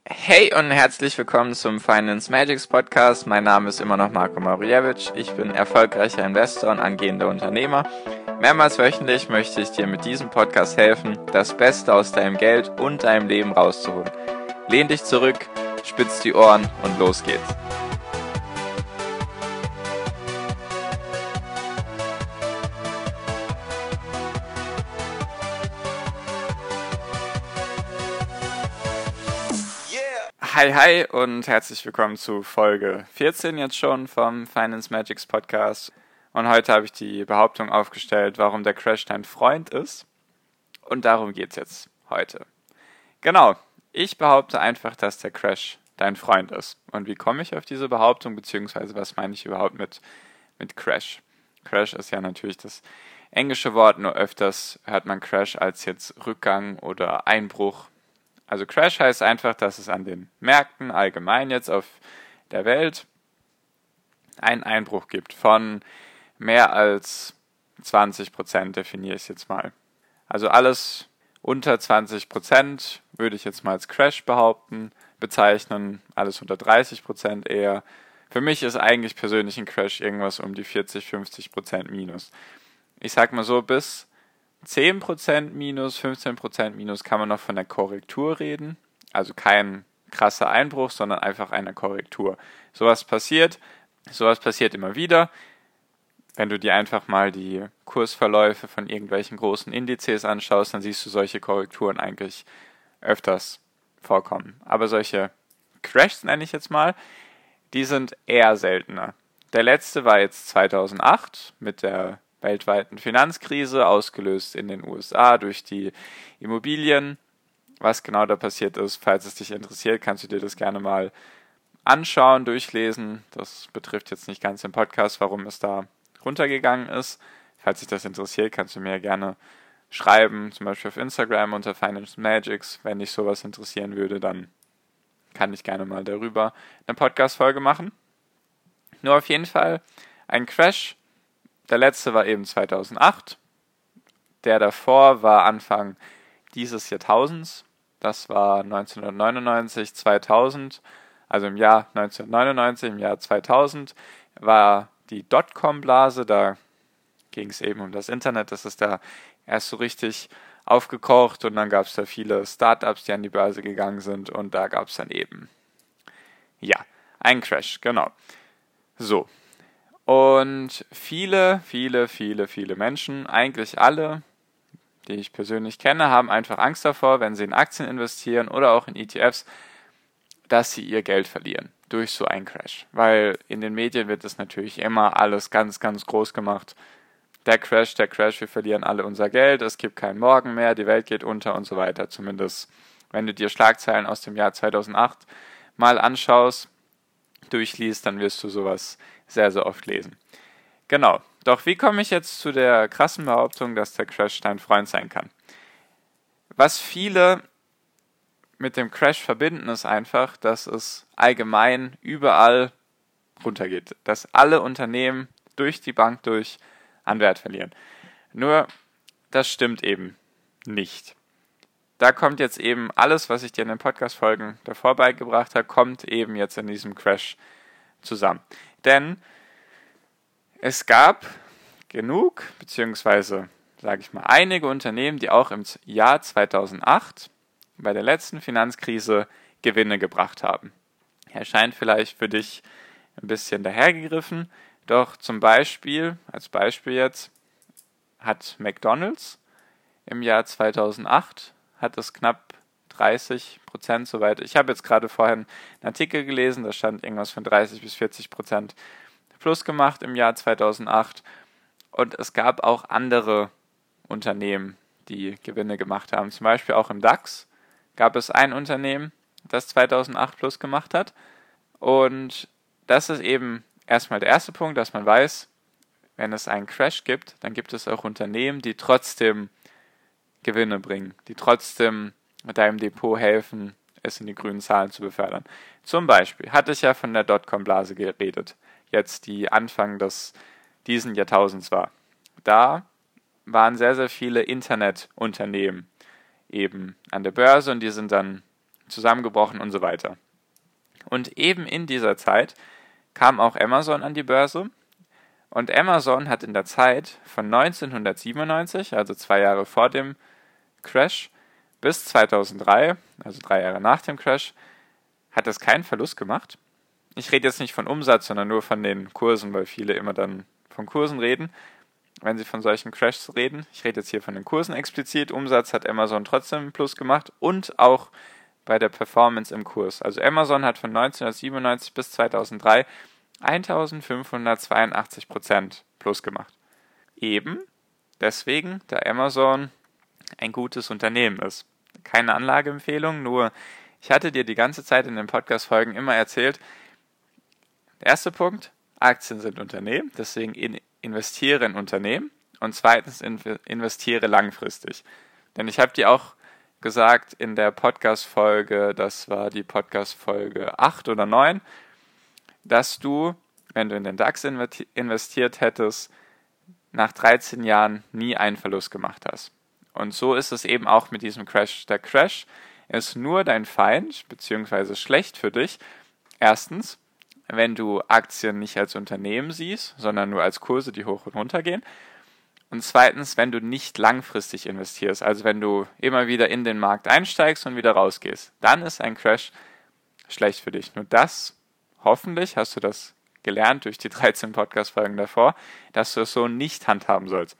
Hey und herzlich willkommen zum Finance Magics Podcast. Mein Name ist immer noch Marko Marijevic. Ich bin erfolgreicher Investor und angehender Unternehmer. Mehrmals wöchentlich möchte ich dir mit diesem Podcast helfen, das Beste aus deinem Geld und deinem Leben rauszuholen. Lehn dich zurück, spitz die Ohren und los geht's. Hi und herzlich willkommen zu Folge 14 jetzt schon vom Finance Magics Podcast. Und heute habe ich die Behauptung aufgestellt, warum der Crash dein Freund ist. Und darum geht's jetzt heute. Genau, ich behaupte einfach, dass der Crash dein Freund ist. Und wie komme ich auf diese Behauptung, beziehungsweise was meine ich überhaupt mit Crash? Crash ist ja natürlich das englische Wort, nur öfters hört man Crash als jetzt Rückgang oder Einbruch. Also Crash heißt einfach, dass es an den Märkten allgemein jetzt auf der Welt einen Einbruch gibt von mehr als 20%, definiere ich es jetzt mal. Also alles unter 20% würde ich jetzt mal als Crash bezeichnen, alles unter 30% eher. Für mich ist eigentlich persönlich ein Crash irgendwas um die 40-50% minus. Ich sag mal so, bis 10% minus, 15% minus kann man noch von der Korrektur reden. Also kein krasser Einbruch, sondern einfach eine Korrektur. Sowas passiert immer wieder. Wenn du dir einfach mal die Kursverläufe von irgendwelchen großen Indizes anschaust, dann siehst du solche Korrekturen eigentlich öfters vorkommen. Aber solche Crashs, nenne ich jetzt mal, die sind eher seltener. Der letzte war jetzt 2008 mit der weltweiten Finanzkrise, ausgelöst in den USA durch die Immobilien. Was genau da passiert ist, falls es dich interessiert, kannst du dir das gerne mal anschauen, durchlesen. Das betrifft jetzt nicht ganz den Podcast, warum es da runtergegangen ist. Falls dich das interessiert, kannst du mir gerne schreiben, zum Beispiel auf Instagram unter Finance Magics. Wenn dich sowas interessieren würde, dann kann ich gerne mal darüber eine Podcast-Folge machen. Nur auf jeden Fall ein Crash. Der letzte war eben 2008. Der davor war Anfang dieses Jahrtausends. Das war 1999, 2000. Also im Jahr 1999, im Jahr 2000 war die Dotcom-Blase. Da ging es eben um das Internet. Das ist da erst so richtig aufgekocht. Und dann gab es da viele Startups, die an die Börse gegangen sind. Und da gab es dann eben, ja, einen Crash. Genau. So. Und viele Menschen, eigentlich alle, die ich persönlich kenne, haben einfach Angst davor, wenn sie in Aktien investieren oder auch in ETFs, dass sie ihr Geld verlieren durch so einen Crash. Weil in den Medien wird es natürlich immer alles ganz groß gemacht. Der Crash, wir verlieren alle unser Geld, es gibt keinen Morgen mehr, die Welt geht unter und so weiter. Zumindest, wenn du dir Schlagzeilen aus dem Jahr 2008 mal anschaust, durchliest, dann wirst du sowas sehr oft lesen. Genau. Doch wie komme ich jetzt zu der krassen Behauptung, dass der Crash dein Freund sein kann? Was viele mit dem Crash verbinden, ist einfach, dass es allgemein überall runtergeht. Dass alle Unternehmen durch die Bank durch an Wert verlieren. Nur, das stimmt eben nicht. Da kommt jetzt eben alles, was ich dir in den Podcast-Folgen davor beigebracht habe, kommt eben jetzt in diesem Crash zusammen. Denn es gab genug, beziehungsweise, sage ich mal, einige Unternehmen, die auch im Jahr 2008 bei der letzten Finanzkrise Gewinne gebracht haben. Erscheint vielleicht für dich ein bisschen dahergegriffen, doch zum Beispiel, als Beispiel jetzt, hat McDonald's im Jahr 2008 hat es knapp 30%, soweit. Ich habe jetzt gerade vorhin einen Artikel gelesen, da stand irgendwas von 30-40% plus gemacht im Jahr 2008. Und es gab auch andere Unternehmen, die Gewinne gemacht haben. Zum Beispiel auch im DAX gab es ein Unternehmen, das 2008 plus gemacht hat. Und das ist eben erstmal der erste Punkt, dass man weiß, wenn es einen Crash gibt, dann gibt es auch Unternehmen, die trotzdem Gewinne bringen, die trotzdem mit deinem Depot helfen, es in die grünen Zahlen zu befördern. Zum Beispiel hatte ich ja von der Dotcom-Blase geredet, jetzt die Anfang diesen Jahrtausends war. Da waren sehr viele Internetunternehmen eben an der Börse und die sind dann zusammengebrochen und so weiter. Und eben in dieser Zeit kam auch Amazon an die Börse. Und Amazon hat in der Zeit von 1997, also 2 Jahre vor dem Crash, bis 2003, also 3 Jahre nach dem Crash, hat es keinen Verlust gemacht. Ich rede jetzt nicht von Umsatz, sondern nur von den Kursen, weil viele immer dann von Kursen reden, wenn sie von solchen Crashs reden. Ich rede jetzt hier von den Kursen explizit. Umsatz hat Amazon trotzdem einen Plus gemacht und auch bei der Performance im Kurs. Also Amazon hat von 1997 bis 2003 1582% Plus gemacht. Eben deswegen, da Amazon ein gutes Unternehmen ist. Keine Anlageempfehlung, nur ich hatte dir die ganze Zeit in den Podcast-Folgen immer erzählt, der erste Punkt, Aktien sind Unternehmen, deswegen investiere in Unternehmen und zweitens investiere langfristig. Denn ich habe dir auch gesagt in der Podcast-Folge, das war die Podcast-Folge 8 oder 9, dass du, wenn du in den DAX investiert hättest, nach 13 Jahren nie einen Verlust gemacht hast. Und so ist es eben auch mit diesem Crash. Der Crash ist nur dein Feind, beziehungsweise schlecht für dich. Erstens, wenn du Aktien nicht als Unternehmen siehst, sondern nur als Kurse, die hoch und runter gehen. Und zweitens, wenn du nicht langfristig investierst, also wenn du immer wieder in den Markt einsteigst und wieder rausgehst, dann ist ein Crash schlecht für dich. Nur das, hoffentlich hast du das gelernt durch die 13 Podcast-Folgen davor, dass du es so nicht handhaben sollst.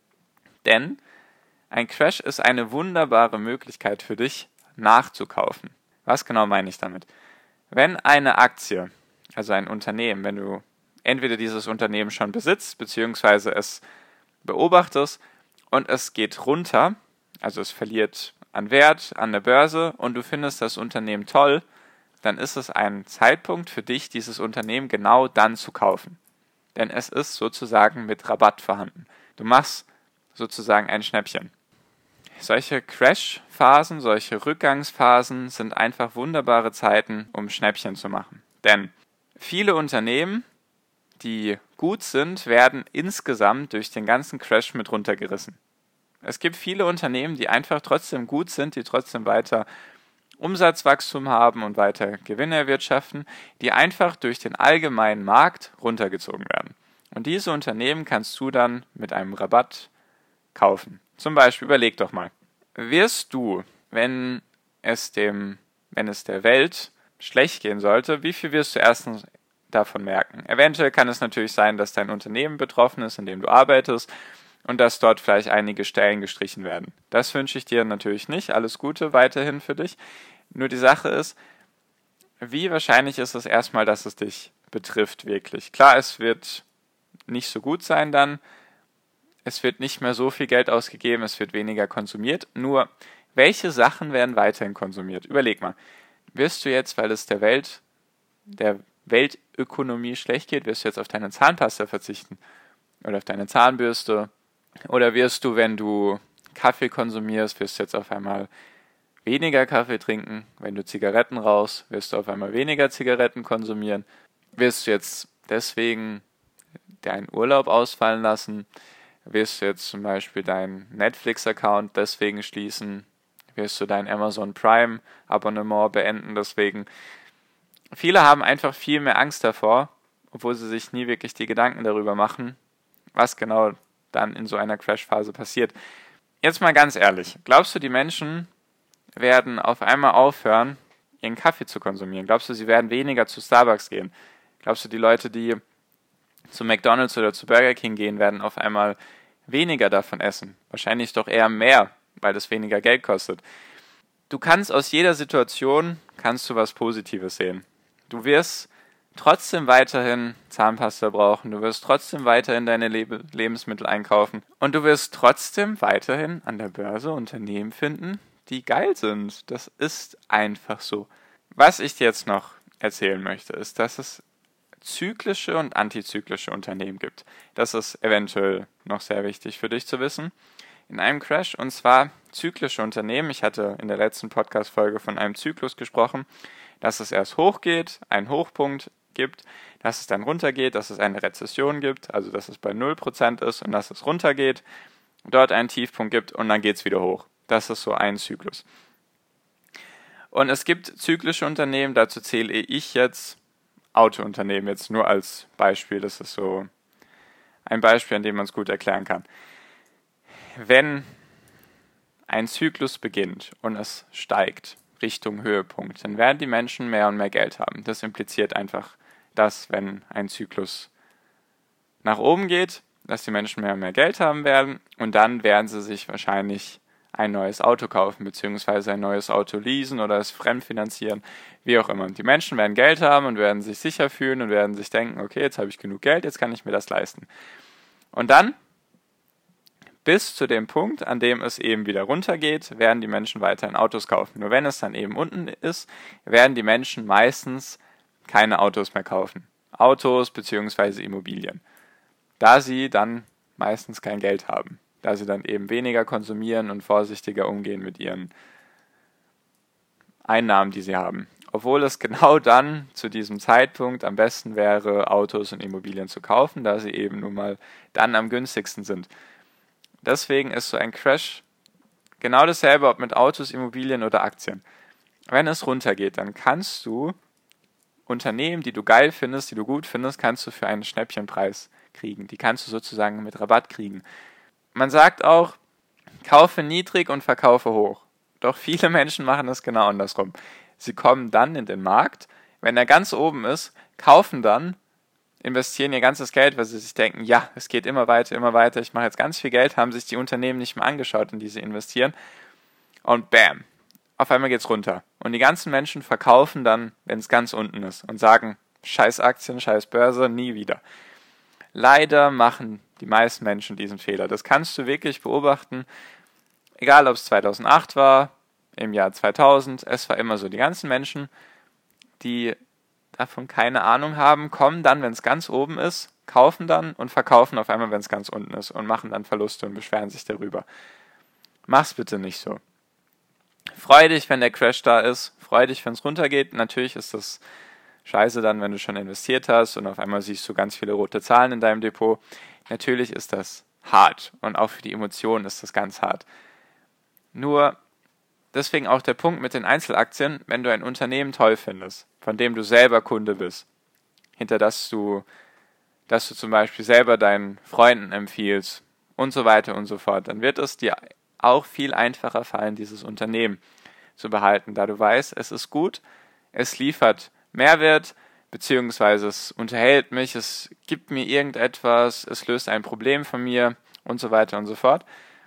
Denn ein Crash ist eine wunderbare Möglichkeit für dich, nachzukaufen. Was genau meine ich damit? Wenn eine Aktie, also ein Unternehmen, wenn du entweder dieses Unternehmen schon besitzt, beziehungsweise es beobachtest und es geht runter, also es verliert an Wert an der Börse und du findest das Unternehmen toll, dann ist es ein Zeitpunkt für dich, dieses Unternehmen genau dann zu kaufen. Denn es ist sozusagen mit Rabatt vorhanden. Du machst sozusagen ein Schnäppchen. Solche Crash-Phasen, solche Rückgangsphasen sind einfach wunderbare Zeiten, um Schnäppchen zu machen. Denn viele Unternehmen, die gut sind, werden insgesamt durch den ganzen Crash mit runtergerissen. Es gibt viele Unternehmen, die einfach trotzdem gut sind, die trotzdem weiter Umsatzwachstum haben und weiter Gewinne erwirtschaften, die einfach durch den allgemeinen Markt runtergezogen werden. Und diese Unternehmen kannst du dann mit einem Rabatt kaufen. Zum Beispiel, überleg doch mal, wirst du, wenn es der Welt schlecht gehen sollte, wie viel wirst du erstens davon merken? Eventuell kann es natürlich sein, dass dein Unternehmen betroffen ist, in dem du arbeitest und dass dort vielleicht einige Stellen gestrichen werden. Das wünsche ich dir natürlich nicht. Alles Gute weiterhin für dich. Nur die Sache ist, wie wahrscheinlich ist es erstmal, dass es dich betrifft wirklich? Klar, es wird nicht so gut sein dann. Es wird nicht mehr so viel Geld ausgegeben, es wird weniger konsumiert. Nur, welche Sachen werden weiterhin konsumiert? Überleg mal. Wirst du jetzt, weil es der Weltökonomie schlecht geht, wirst du jetzt auf deine Zahnpasta verzichten? Oder auf deine Zahnbürste? Oder wirst du, wenn du Kaffee konsumierst, wirst du jetzt auf einmal weniger Kaffee trinken? Wenn du Zigaretten rauchst, wirst du auf einmal weniger Zigaretten konsumieren? Wirst du jetzt deswegen deinen Urlaub ausfallen lassen? Wirst du jetzt zum Beispiel deinen Netflix-Account deswegen schließen? Wirst du dein Amazon Prime-Abonnement beenden deswegen? Viele haben einfach viel mehr Angst davor, obwohl sie sich nie wirklich die Gedanken darüber machen, was genau dann in so einer Crash-Phase passiert. Jetzt mal ganz ehrlich, glaubst du, die Menschen werden auf einmal aufhören, ihren Kaffee zu konsumieren? Glaubst du, sie werden weniger zu Starbucks gehen? Glaubst du, die Leute, die zu McDonald's oder zu Burger King gehen, werden auf einmal weniger davon essen? Wahrscheinlich doch eher mehr, weil es weniger Geld kostet. Du kannst aus jeder Situation was Positives sehen. Du wirst trotzdem weiterhin Zahnpasta brauchen, du wirst trotzdem weiterhin deine Lebensmittel einkaufen und du wirst trotzdem weiterhin an der Börse Unternehmen finden, die geil sind. Das ist einfach so. Was ich dir jetzt noch erzählen möchte, ist, dass es zyklische und antizyklische Unternehmen gibt. Das ist eventuell noch sehr wichtig für dich zu wissen. In einem Crash, und zwar zyklische Unternehmen. Ich hatte in der letzten Podcast-Folge von einem Zyklus gesprochen, dass es erst hochgeht, einen Hochpunkt gibt, dass es dann runtergeht, dass es eine Rezession gibt, also dass es bei 0% ist und dass es runtergeht, dort einen Tiefpunkt gibt und dann geht es wieder hoch. Das ist so ein Zyklus. Und es gibt zyklische Unternehmen, dazu zähle ich jetzt Autounternehmen, jetzt nur als Beispiel. Das ist so ein Beispiel, an dem man es gut erklären kann. Wenn ein Zyklus beginnt und es steigt Richtung Höhepunkt, dann werden die Menschen mehr und mehr Geld haben. Das impliziert einfach, dass wenn ein Zyklus nach oben geht, dass die Menschen mehr und mehr Geld haben werden und dann werden sie sich wahrscheinlich ein neues Auto kaufen, beziehungsweise ein neues Auto leasen oder es fremdfinanzieren, wie auch immer. Die Menschen werden Geld haben und werden sich sicher fühlen und werden sich denken, okay, jetzt habe ich genug Geld, jetzt kann ich mir das leisten. Und dann, bis zu dem Punkt, an dem es eben wieder runtergeht, werden die Menschen weiterhin Autos kaufen. Nur wenn es dann eben unten ist, werden die Menschen meistens keine Autos mehr kaufen. Autos beziehungsweise Immobilien. Da sie dann meistens kein Geld haben. Da sie dann eben weniger konsumieren und vorsichtiger umgehen mit ihren Einnahmen, die sie haben. Obwohl es genau dann, zu diesem Zeitpunkt, am besten wäre, Autos und Immobilien zu kaufen, da sie eben nun mal dann am günstigsten sind. Deswegen ist so ein Crash genau dasselbe, ob mit Autos, Immobilien oder Aktien. Wenn es runtergeht, dann kannst du Unternehmen, die du geil findest, die du gut findest, kannst du für einen Schnäppchenpreis kriegen. Die kannst du sozusagen mit Rabatt kriegen. Man sagt auch, kaufe niedrig und verkaufe hoch. Doch viele Menschen machen das genau andersrum. Sie kommen dann in den Markt, wenn er ganz oben ist, kaufen dann, investieren ihr ganzes Geld, weil sie sich denken, ja, es geht immer weiter, ich mache jetzt ganz viel Geld, haben sich die Unternehmen nicht mehr angeschaut, in die sie investieren und bam, auf einmal geht's runter. Und die ganzen Menschen verkaufen dann, wenn es ganz unten ist und sagen, scheiß Aktien, scheiß Börse, nie wieder. Leider machen die meisten Menschen diesen Fehler. Das kannst du wirklich beobachten, egal ob es 2008 war, im Jahr 2000, es war immer so. Die ganzen Menschen, die davon keine Ahnung haben, kommen dann, wenn es ganz oben ist, kaufen dann und verkaufen auf einmal, wenn es ganz unten ist und machen dann Verluste und beschweren sich darüber. Mach's bitte nicht so. Freu dich, wenn der Crash da ist, freu dich, wenn es runtergeht. Natürlich ist das scheiße dann, wenn du schon investiert hast und auf einmal siehst du ganz viele rote Zahlen in deinem Depot. Natürlich ist das hart und auch für die Emotionen ist das ganz hart. Nur deswegen auch der Punkt mit den Einzelaktien, wenn du ein Unternehmen toll findest, von dem du selber Kunde bist, hinter dass du zum Beispiel selber deinen Freunden empfiehlst und so weiter und so fort, dann wird es dir auch viel einfacher fallen, dieses Unternehmen zu behalten, da du weißt, es ist gut, es liefert Mehrwert, beziehungsweise es unterhält mich, es gibt mir irgendetwas, es löst ein Problem von mir und so weiter und so fort.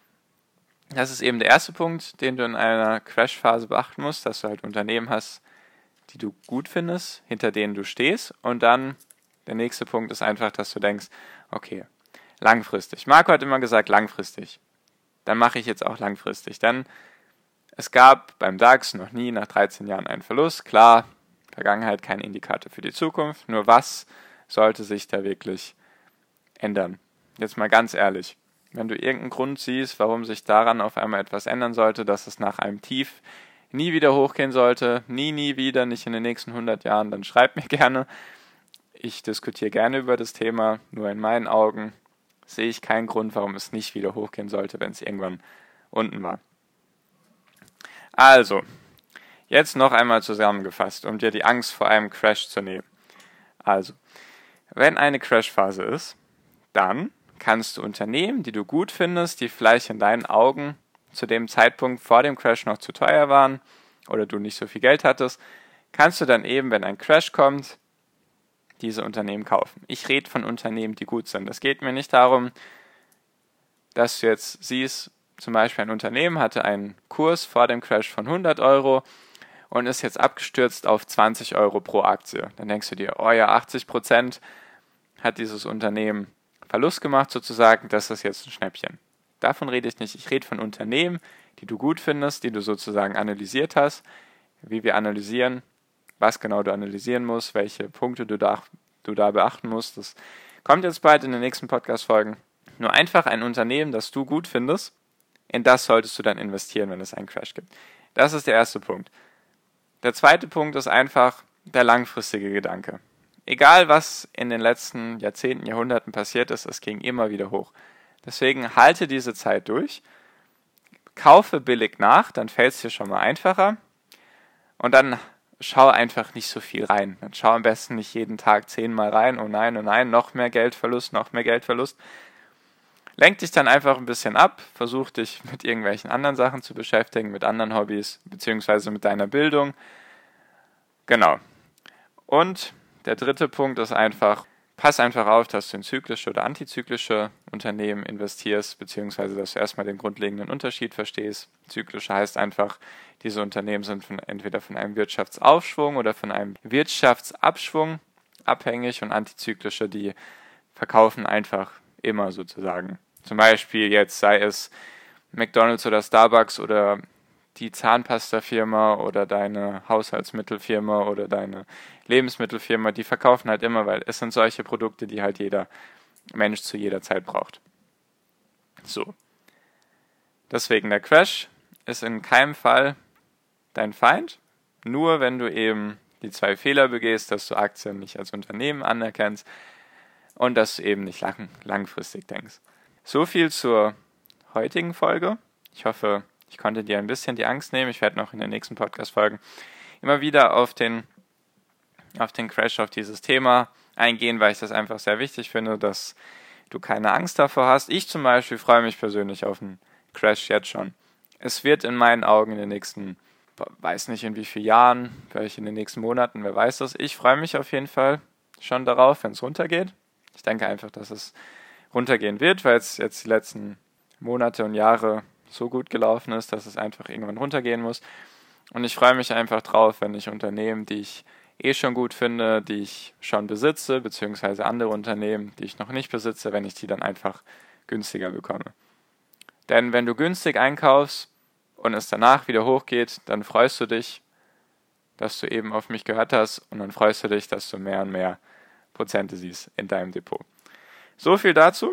Das ist eben der erste Punkt, den du in einer Crash-Phase beachten musst, dass du halt Unternehmen hast, die du gut findest, hinter denen du stehst. Und dann der nächste Punkt ist einfach, dass du denkst, okay, langfristig. Marco hat immer gesagt, langfristig. Dann mache ich jetzt auch langfristig. Denn es gab beim DAX noch nie nach 13 Jahren einen Verlust. Klar, Vergangenheit kein Indikator für die Zukunft. Nur was sollte sich da wirklich ändern? Jetzt mal ganz ehrlich. Wenn du irgendeinen Grund siehst, warum sich daran auf einmal etwas ändern sollte, dass es nach einem Tief nie wieder hochgehen sollte, nie wieder, nicht in den nächsten 100 Jahren, dann schreib mir gerne. Ich diskutiere gerne über das Thema, nur in meinen Augen sehe ich keinen Grund, warum es nicht wieder hochgehen sollte, wenn es irgendwann unten war. Also, jetzt noch einmal zusammengefasst, um dir die Angst vor einem Crash zu nehmen. Also, wenn eine Crashphase ist, dann kannst du Unternehmen, die du gut findest, die vielleicht in deinen Augen zu dem Zeitpunkt vor dem Crash noch zu teuer waren oder du nicht so viel Geld hattest, kannst du dann eben, wenn ein Crash kommt, diese Unternehmen kaufen. Ich rede von Unternehmen, die gut sind. Es geht mir nicht darum, dass du jetzt siehst, zum Beispiel ein Unternehmen hatte einen Kurs vor dem Crash von 100 Euro und ist jetzt abgestürzt auf 20 Euro pro Aktie. Dann denkst du dir, oh ja, 80% hat dieses Unternehmen Verlust gemacht sozusagen, das ist jetzt ein Schnäppchen. Davon rede ich nicht. Ich rede von Unternehmen, die du gut findest, die du sozusagen analysiert hast, wie wir analysieren, was genau du analysieren musst, welche Punkte du da beachten musst. Das kommt jetzt bald in den nächsten Podcast-Folgen. Nur einfach ein Unternehmen, das du gut findest, in das solltest du dann investieren, wenn es einen Crash gibt. Das ist der erste Punkt. Der zweite Punkt ist einfach der langfristige Gedanke. Egal, was in den letzten Jahrzehnten, Jahrhunderten passiert ist, es ging immer wieder hoch. Deswegen halte diese Zeit durch, kaufe billig nach, dann fällt es dir schon mal einfacher Und dann schau einfach nicht so viel rein. Dann schau am besten nicht jeden Tag 10-mal rein. Oh nein, noch mehr Geldverlust. Lenk dich dann einfach ein bisschen ab, versuch dich mit irgendwelchen anderen Sachen zu beschäftigen, mit anderen Hobbys, beziehungsweise mit deiner Bildung. Genau. Und der dritte Punkt ist einfach, pass einfach auf, dass du in zyklische oder antizyklische Unternehmen investierst, beziehungsweise dass du erstmal den grundlegenden Unterschied verstehst. Zyklische heißt einfach, diese Unternehmen sind entweder von einem Wirtschaftsaufschwung oder von einem Wirtschaftsabschwung abhängig, und antizyklische, die verkaufen einfach immer sozusagen. Zum Beispiel jetzt sei es McDonald's oder Starbucks oder die Zahnpastafirma oder deine Haushaltsmittelfirma oder deine Lebensmittelfirma, die verkaufen halt immer, weil es sind solche Produkte, die halt jeder Mensch zu jeder Zeit braucht. So. Deswegen, der Crash ist in keinem Fall dein Feind, nur wenn du eben die 2 Fehler begehst, dass du Aktien nicht als Unternehmen anerkennst und dass du eben nicht langfristig denkst. So viel zur heutigen Folge. Ich hoffe, ich konnte dir ein bisschen die Angst nehmen. Ich werde noch in den nächsten Podcast-Folgen immer wieder auf den Crash, auf dieses Thema eingehen, weil ich das einfach sehr wichtig finde, dass du keine Angst davor hast. Ich zum Beispiel freue mich persönlich auf einen Crash jetzt schon. Es wird in meinen Augen in den nächsten, weiß nicht in wie vielen Jahren, vielleicht in den nächsten Monaten, wer weiß das. Ich freue mich auf jeden Fall schon darauf, wenn es runtergeht. Ich denke einfach, dass es runtergehen wird, weil es jetzt die letzten Monate und Jahre so gut gelaufen ist, dass es einfach irgendwann runtergehen muss. Und ich freue mich einfach drauf, wenn ich Unternehmen, die ich schon gut finde, die ich schon besitze, beziehungsweise andere Unternehmen, die ich noch nicht besitze, wenn ich die dann einfach günstiger bekomme. Denn wenn du günstig einkaufst und es danach wieder hochgeht, dann freust du dich, dass du eben auf mich gehört hast, und dann freust du dich, dass du mehr und mehr Prozente siehst in deinem Depot. So viel dazu.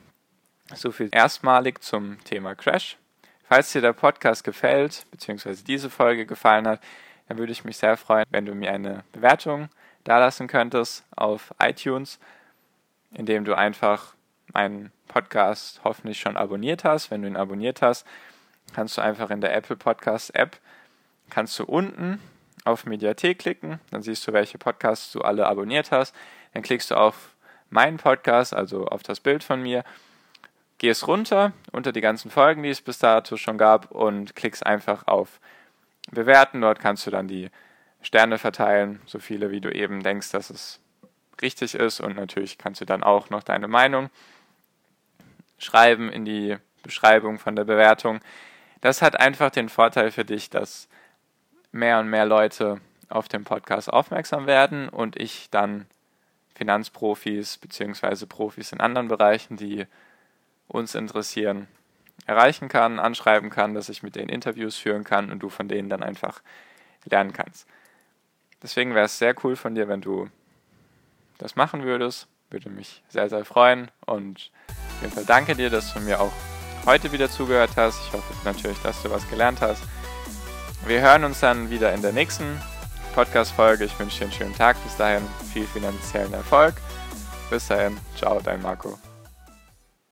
So viel erstmalig zum Thema Crash. Falls dir der Podcast gefällt, beziehungsweise diese Folge gefallen hat, dann würde ich mich sehr freuen, wenn du mir eine Bewertung dalassen könntest auf iTunes, indem du einfach meinen Podcast hoffentlich schon abonniert hast. Wenn du ihn abonniert hast, kannst du einfach in der Apple Podcast App, kannst du unten auf Mediathek klicken, dann siehst du, welche Podcasts du alle abonniert hast. Dann klickst du auf meinen Podcast, also auf das Bild von mir, gehst runter unter die ganzen Folgen, die es bis dato schon gab, und klickst einfach auf Bewerten. Dort kannst du dann die Sterne verteilen, so viele wie du eben denkst, dass es richtig ist, und natürlich kannst du dann auch noch deine Meinung schreiben in die Beschreibung von der Bewertung. Das hat einfach den Vorteil für dich, dass mehr und mehr Leute auf den Podcast aufmerksam werden und ich dann Finanzprofis bzw. Profis in anderen Bereichen, die uns interessieren, erreichen kann, anschreiben kann, dass ich mit denen Interviews führen kann und du von denen dann einfach lernen kannst. Deswegen wäre es sehr cool von dir, wenn du das machen würdest. Würde mich sehr, sehr freuen, und auf jeden Fall danke dir, dass du mir auch heute wieder zugehört hast. Ich hoffe natürlich, dass du was gelernt hast. Wir hören uns dann wieder in der nächsten Podcast-Folge. Ich wünsche dir einen schönen Tag. Bis dahin viel finanziellen Erfolg. Bis dahin. Ciao, dein Marco.